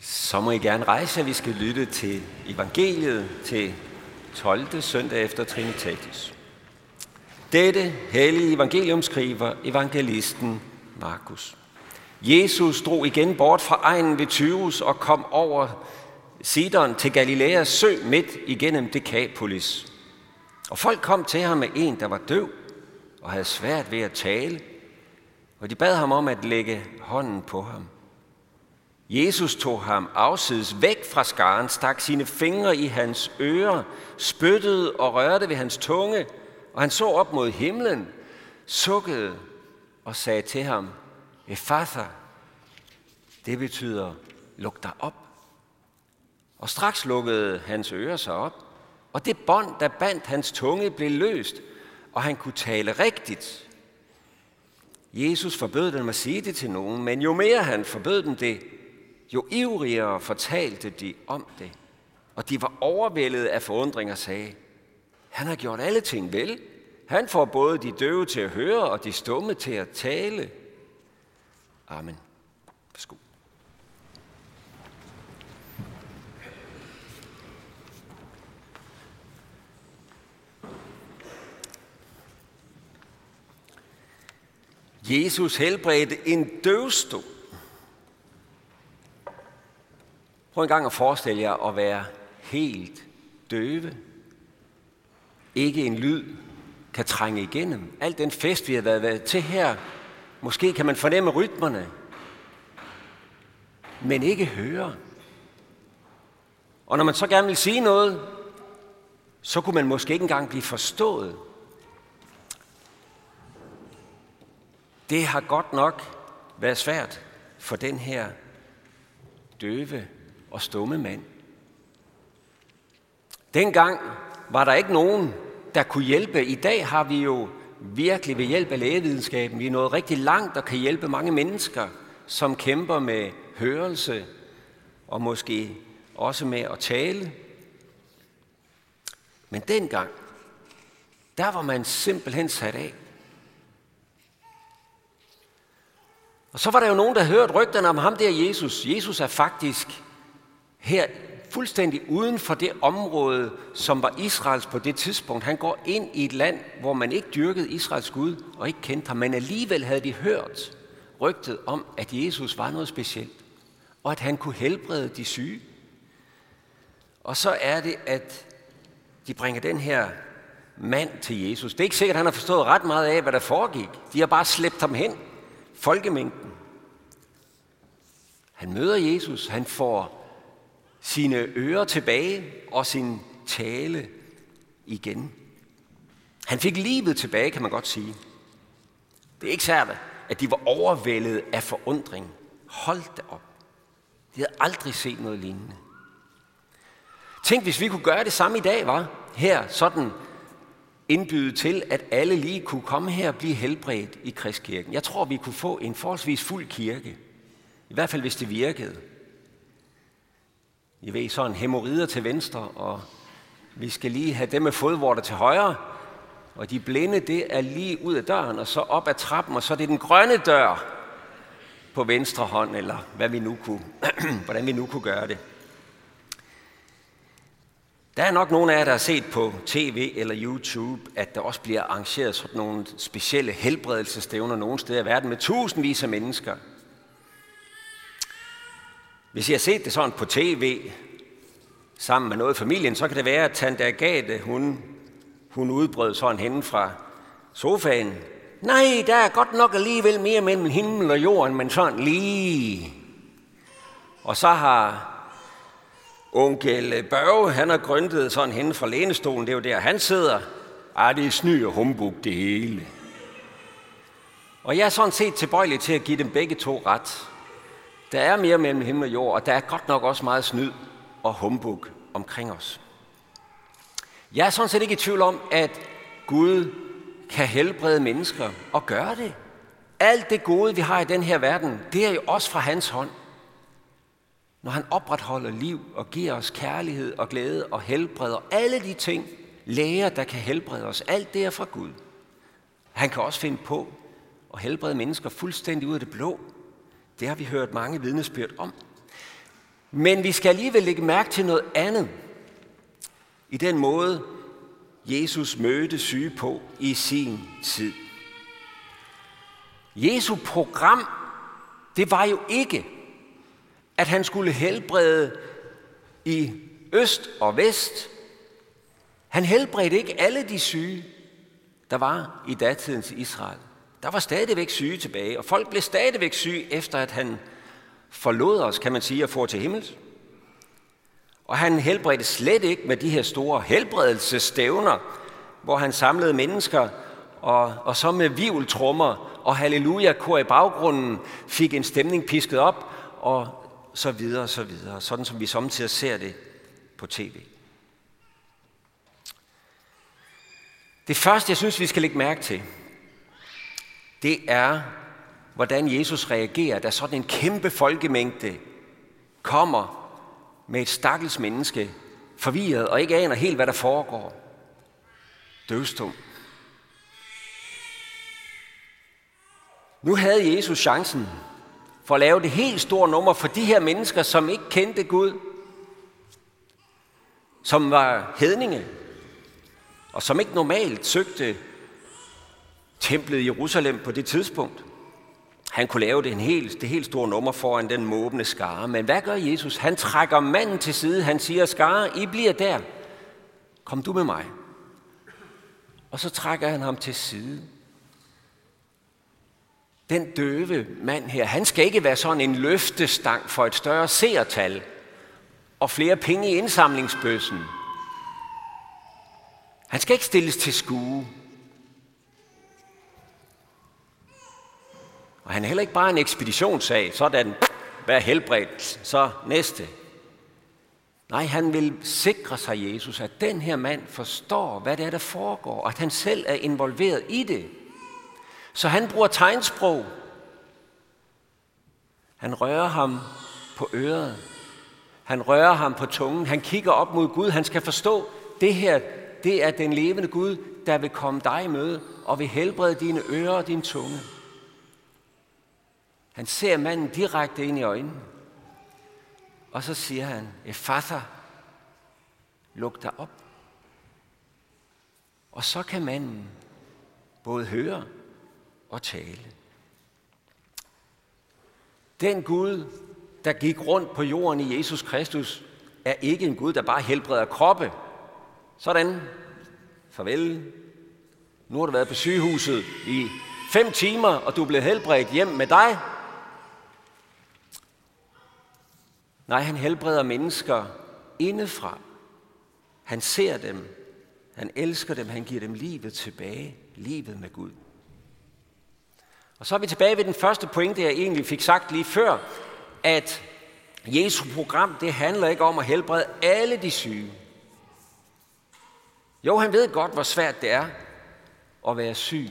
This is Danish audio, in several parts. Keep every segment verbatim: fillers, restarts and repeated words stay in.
Så må I gerne rejse, at vi skal lytte til evangeliet til tolvte søndag efter Trinitatis. Dette hellige evangelium skriver evangelisten Markus. Jesus drog igen bort fra egnen ved Tyrus og kom over Sidon til Galilæas sø midt igennem Dekapolis. Og folk kom til ham med en, der var døv og havde svært ved at tale, og de bad ham om at lægge hånden på ham. Jesus tog ham afsides væk fra skaren, stak sine fingre i hans ører, spyttede og rørte ved hans tunge, og han så op mod himlen, sukkede og sagde til ham, Efatha, det betyder, luk dig op. Og straks lukkede hans ører sig op, og det bånd, der bandt hans tunge, blev løst, og han kunne tale rigtigt. Jesus forbød dem at sige det til nogen, men jo mere han forbød dem det, jo ivrigere fortalte de om det. Og de var overvældet af forundring og sagde, han har gjort alle ting vel. Han får både de døve til at høre og de stumme til at tale. Amen. Værsgo. Jesus helbredte en døvstol. Prøv en gang at forestille jer at være helt døve. Ikke en lyd kan trænge igennem. Al den fest, vi har været til her, måske kan man fornemme rytmerne, men ikke høre. Og når man så gerne vil sige noget, så kunne man måske ikke engang blive forstået. Det har godt nok været svært for den her døve og stumme mand. Dengang var der ikke nogen, der kunne hjælpe. I dag har vi jo virkelig ved hjælp af lægevidenskaben, vi er nået rigtig langt og kan hjælpe mange mennesker, som kæmper med hørelse og måske også med at tale. Men dengang, der var man simpelthen sat af. Og så var der jo nogen, der hørte rygterne om ham der Jesus. Jesus er faktisk her fuldstændig uden for det område, som var Israels på det tidspunkt. Han går ind i et land, hvor man ikke dyrkede Israels Gud og ikke kendte ham, men alligevel havde de hørt rygtet om, at Jesus var noget specielt, og at han kunne helbrede de syge. Og så er det, at de bringer den her mand til Jesus. Det er ikke sikkert, at han har forstået ret meget af, hvad der foregik. De har bare slæbt ham hen. Folkemængden. Han møder Jesus, han får sine ører tilbage og sin tale igen. Han fik livet tilbage, kan man godt sige. Det er ikke særligt, at de var overvældet af forundring. Hold da op. De havde aldrig set noget lignende. Tænk, hvis vi kunne gøre det samme i dag, var her sådan indbyde til, at alle lige kunne komme her og blive helbredt i Kristkirken. Jeg tror, vi kunne få en forholdsvis fuld kirke. I hvert fald, hvis det virkede. I ved, sådan hæmorider til venstre, og vi skal lige have dem med fodvorter til højre. Og de blinde, det er lige ud af døren, og så op ad trappen, og så er det den grønne dør på venstre hånd, eller hvad vi nu kunne, hvordan vi nu kunne gøre det. Der er nok nogle af jer, der har set på tv eller YouTube, at der også bliver arrangeret sådan nogle specielle helbredelsesstævner nogle steder i verden med tusindvis af mennesker. Hvis I har set det sådan på tv, sammen med noget i familien, så kan det være, at tante Agathe, hun, hun udbrød sådan henne fra sofaen. Nej, der er godt nok alligevel mere mellem himmel og jorden, men sådan lige. Og så har onkel Børge, han har grøntet sådan henne fra lænestolen, det er jo der, han sidder. Ej, det er sny og humbug det hele. Og jeg er sådan set tilbøjelig til at give dem begge to ret. Der er mere mellem himmel og jord, og der er godt nok også meget snyd og humbug omkring os. Jeg er sådan set ikke i tvivl om, at Gud kan helbrede mennesker og gøre det. Alt det gode, vi har i den her verden, det er jo også fra hans hånd. Når han opretholder liv og giver os kærlighed og glæde og helbreder alle de ting, læger, der kan helbrede os, alt det er fra Gud. Han kan også finde på at helbrede mennesker fuldstændig ud af det blå. Det har vi hørt mange vidnesbyrd om. Men vi skal alligevel lægge mærke til noget andet i den måde, Jesus mødte syge på i sin tid. Jesu program, det var jo ikke, at han skulle helbrede i øst og vest. Han helbredte ikke alle de syge, der var i datidens Israel. Der var stadigvæk syge tilbage, og folk blev stadigvæk syge, efter at han forlod os, kan man sige, og får til himmels. Og han helbredte slet ikke med de her store helbredelsesstævner, hvor han samlede mennesker, og, og så med viveltrummer og halleluja-kor i baggrunden fik en stemning pisket op, og så videre og så videre, sådan som vi samtidig ser det på tv. Det første, jeg synes, vi skal lægge mærke til, det er, hvordan Jesus reagerer, da sådan en kæmpe folkemængde kommer med et stakkels menneske, forvirret og ikke aner helt, hvad der foregår. Døvstum. Nu havde Jesus chancen for at lave det helt store nummer for de her mennesker, som ikke kendte Gud, som var hedninge, og som ikke normalt søgte templet i Jerusalem på det tidspunkt. Han kunne lave det, en helt, det helt store nummer foran den måbende skare. Men hvad gør Jesus? Han trækker manden til side. Han siger, skare, I bliver der. Kom du med mig. Og så trækker han ham til side. Den døve mand her, han skal ikke være sådan en løftestang for et større seertal og flere penge i indsamlingsbøssen. Han skal ikke stilles til skue. Og han er heller ikke bare en ekspeditionssag, sådan, vær helbredt, så næste. Nej, han vil sikre sig, Jesus, at den her mand forstår, hvad det er, der foregår, og at han selv er involveret i det. Så han bruger tegnsprog. Han rører ham på øret. Han rører ham på tungen. Han kigger op mod Gud. Han skal forstå, det her, det er den levende Gud, der vil komme dig i møde og vil helbrede dine ører og din tunge. Han ser manden direkte ind i øjnene. Og så siger han, Efatha, luk dig op. Og så kan manden både høre og tale. Den Gud, der gik rundt på jorden i Jesus Kristus, er ikke en Gud, der bare helbreder kroppe. Sådan. Farvel. Nu har du været på sygehuset i fem timer, og du er blevet helbredt hjem med dig. Nej, han helbreder mennesker indefra. Han ser dem. Han elsker dem. Han giver dem livet tilbage. Livet med Gud. Og så er vi tilbage ved den første pointe, jeg egentlig fik sagt lige før, at Jesu program, det handler ikke om at helbrede alle de syge. Jo, han ved godt, hvor svært det er at være syg.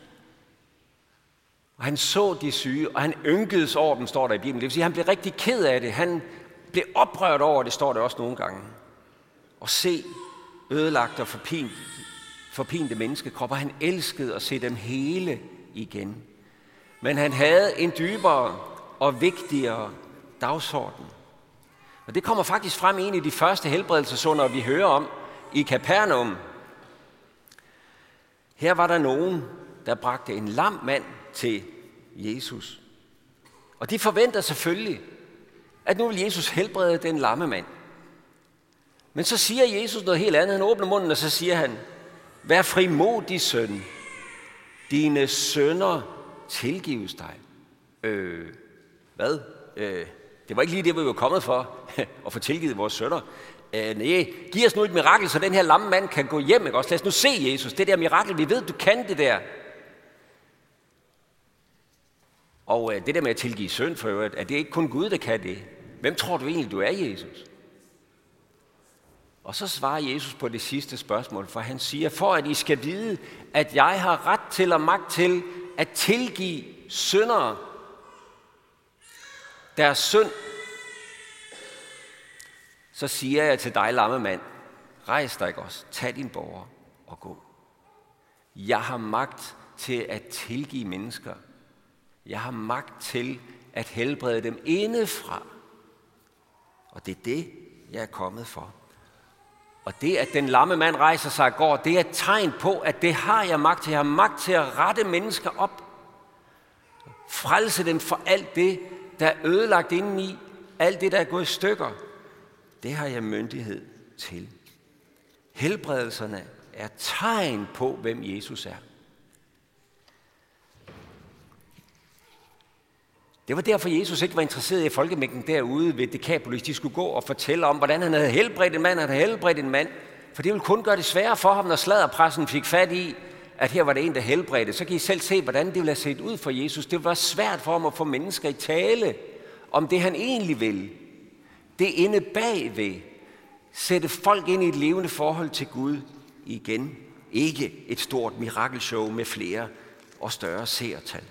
Og han så de syge, og han ynkedes over dem, står der i Bibelen. Det vil sige, at han blev rigtig ked af det. Han blev oprørt over det, står der også nogle gange. Og se ødelagte og forpinte, forpinte menneskekropper. Han elskede at se dem hele igen. Men han havde en dybere og vigtigere dagsorden. Og det kommer faktisk frem i en af de første helbredelsesunder, vi hører om i Kapernaum. Her var der nogen, der bragte en lam mand til Jesus. Og de forventer selvfølgelig, at nu vil Jesus helbrede den lamme mand. Men så siger Jesus noget helt andet. Han åbner munden, og så siger han, vær frimodig, søn. Dine synder tilgives dig. Øh, hvad? Øh, det var ikke lige det, vi var kommet for, at få tilgivet vores synder. Øh, nej, giv os nu et mirakel, så den her lamme mand kan gå hjem. Ikke? Også lad os nu se, Jesus, det der mirakel, vi ved, du kan det der. Og øh, det der med at tilgive synd, for øvrigt, er det ikke kun Gud, der kan det. Hvem tror du egentlig, du er, Jesus? Og så svarer Jesus på det sidste spørgsmål, for han siger, for at I skal vide, at jeg har ret til og magt til at tilgive syndere deres synd, så siger jeg til dig, lamme mand, rejs dig ikke også, tag din borger og gå. Jeg har magt til at tilgive mennesker. Jeg har magt til at helbrede dem indefra. Og det er det, jeg er kommet for. Og det, at den lamme mand rejser sig og går, det er et tegn på, at det har jeg magt til. Jeg har magt til at rette mennesker op. Frelse dem for alt det, der er ødelagt indeni. Alt det, der er gået i stykker. Det har jeg myndighed til. Helbredelserne er tegn på, hvem Jesus er. Det var derfor, Jesus ikke var interesseret i folkemængden derude ved Dekapolis. De skulle gå og fortælle om, hvordan han havde helbredt en mand, han havde helbredt en mand. For det ville kun gøre det sværere for ham, når sladderpressen fik fat i, at her var det en, der helbredte. Så kan I selv se, hvordan det ville have set ud for Jesus. Det var svært for ham at få mennesker i tale om det, han egentlig ville. Det inde bagved. Sætte folk ind i et levende forhold til Gud igen. Ikke et stort mirakelshow med flere og større seertal.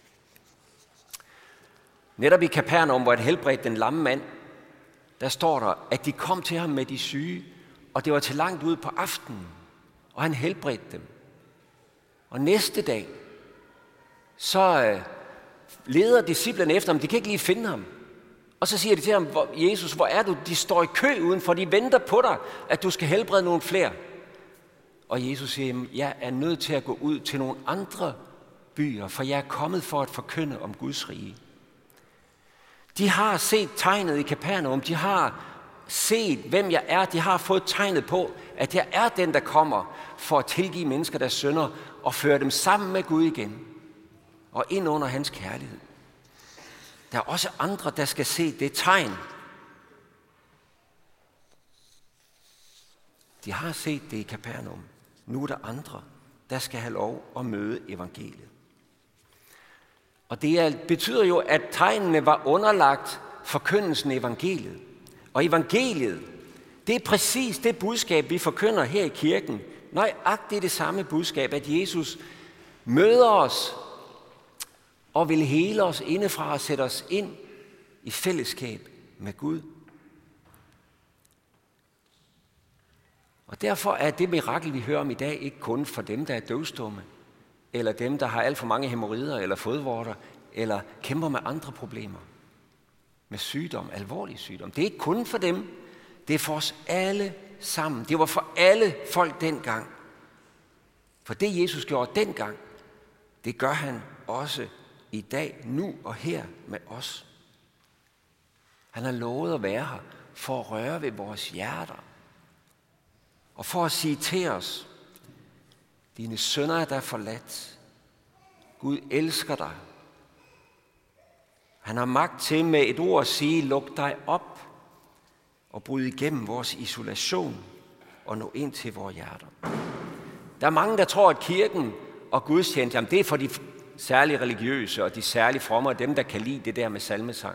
Netop i Kapernaum, hvor han helbredte den lamme mand, der står der, at de kom til ham med de syge, og det var til langt ude på aftenen, og han helbredte dem. Og næste dag, så øh, leder disciplerne efter ham, de kan ikke lige finde ham. Og så siger de til ham, Jesus, hvor er du? De står i kø udenfor, de venter på dig, at du skal helbrede nogle flere. Og Jesus siger, jeg er nødt til at gå ud til nogle andre byer, for jeg er kommet for at forkynde om Guds rige. De har set tegnet i Kapernaum, de har set, hvem jeg er, de har fået tegnet på, at jeg er den, der kommer for at tilgive mennesker deres synder og føre dem sammen med Gud igen og ind under hans kærlighed. Der er også andre, der skal se det tegn. De har set det i Kapernaum. Nu er der andre, der skal have lov at møde evangeliet. Og det betyder jo, at tegnene var underlagt forkyndelsen af evangeliet. Og evangeliet, det er præcis det budskab, vi forkynder her i kirken. Nøjagtigt det samme budskab, at Jesus møder os og vil hele os indefra og sætte os ind i fællesskab med Gud. Og derfor er det mirakel, vi hører om i dag, ikke kun for dem, der er døvstumme, eller dem, der har alt for mange hæmorrider eller fodvorter, eller kæmper med andre problemer, med sygdom, alvorlig sygdom. Det er ikke kun for dem, det er for os alle sammen. Det var for alle folk dengang. For det, Jesus gjorde dengang, det gør han også i dag, nu og her med os. Han har lovet at være her for at røre ved vores hjerter, og for at sige til os, dine sønner er der forladt. Gud elsker dig. Han har magt til med et ord at sige, luk dig op og bryde igennem vores isolation og nå ind til vores hjerter. Der er mange, der tror, at kirken og gudstjeneste, jamen det er for de særlige religiøse og de særlige fromme, og dem, der kan lide det der med salmesang.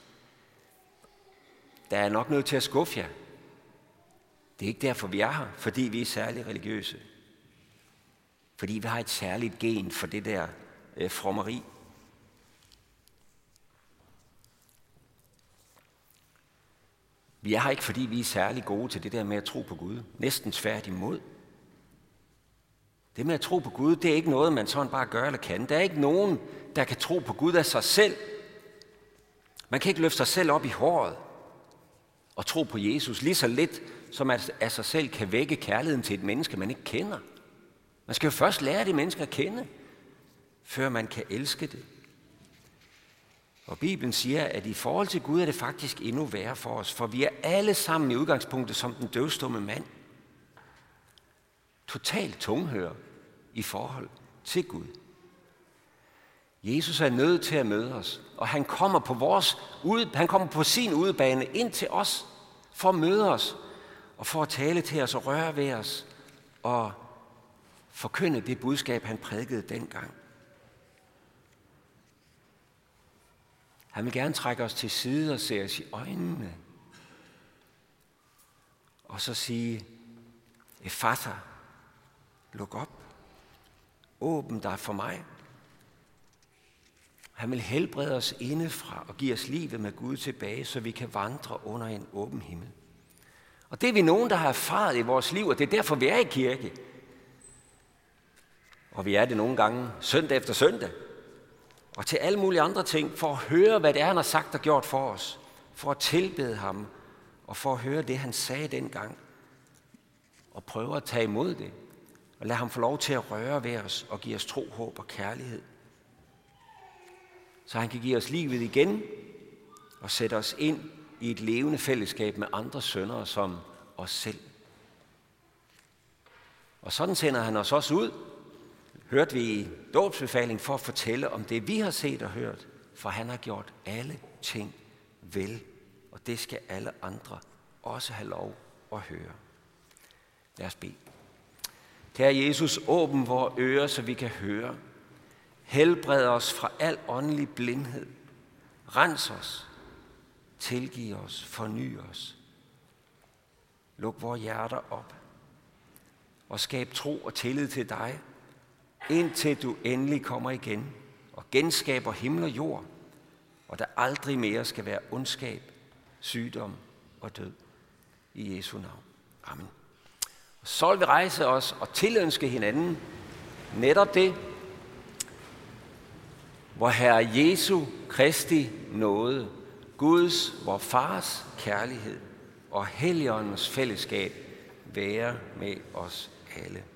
Der er nok nødt til at skuffe jer. Det er ikke derfor, vi er her, fordi vi er særligt religiøse. Fordi vi har et særligt gen for det der øh, frommeri. Vi er her ikke, fordi vi er særlig gode til det der med at tro på Gud. Næsten tværtimod. Det med at tro på Gud, det er ikke noget, man sådan bare gør eller kan. Der er ikke nogen, der kan tro på Gud af sig selv. Man kan ikke løfte sig selv op i håret og tro på Jesus lige så lidt, som at af sig selv kan vække kærligheden til et menneske, man ikke kender. Man skal jo først lære det menneske at kende, før man kan elske det. Og Bibelen siger, at i forhold til Gud er det faktisk endnu værre for os, for vi er alle sammen i udgangspunktet som den døvstumme mand. Totalt tunghører i forhold til Gud. Jesus er nødt til at møde os, og han kommer på vores ude, han kommer på sin udebane ind til os for at møde os og for at tale til os og røre ved os og forkynde det budskab, han prædikede dengang. Han vil gerne trække os til side og se os i øjnene og så sige, Efata, luk op, åbn dig for mig. Han vil helbrede os indefra og give os livet med Gud tilbage, så vi kan vandre under en åben himmel. Og det er vi nogen, der har erfaret i vores liv, og det er derfor, vi er i kirke. Og vi er det nogle gange søndag efter søndag. Og til alle mulige andre ting, for at høre, hvad det er, han har sagt og gjort for os. For at tilbede ham og for at høre det, han sagde dengang, og prøve at tage imod det, og lade ham få lov til at røre ved os og give os tro, håb og kærlighed. Så han kan give os livet igen og sætte os ind i et levende fællesskab med andre syndere som os selv. Og sådan sender han os også ud, hørte vi i dåbsbefaling, for at fortælle om det, vi har set og hørt, for han har gjort alle ting vel, og det skal alle andre også have lov at høre. Lad os bede. Kære Jesus, åbn vores ører, så vi kan høre. Helbred os fra al åndelig blindhed. Rens os. Tilgiv os. Forny os. Luk vores hjerter op. Og skab tro og tillid til dig, indtil du endelig kommer igen og genskaber himmel og jord, og der aldrig mere skal være ondskab, sygdom og død. I Jesu navn. Amen. Og så vil vi rejse os og tilønske hinanden netop det, hvor Herre Jesu Kristi nåde, Guds, vor Fars kærlighed og Helligåndens fællesskab være med os alle.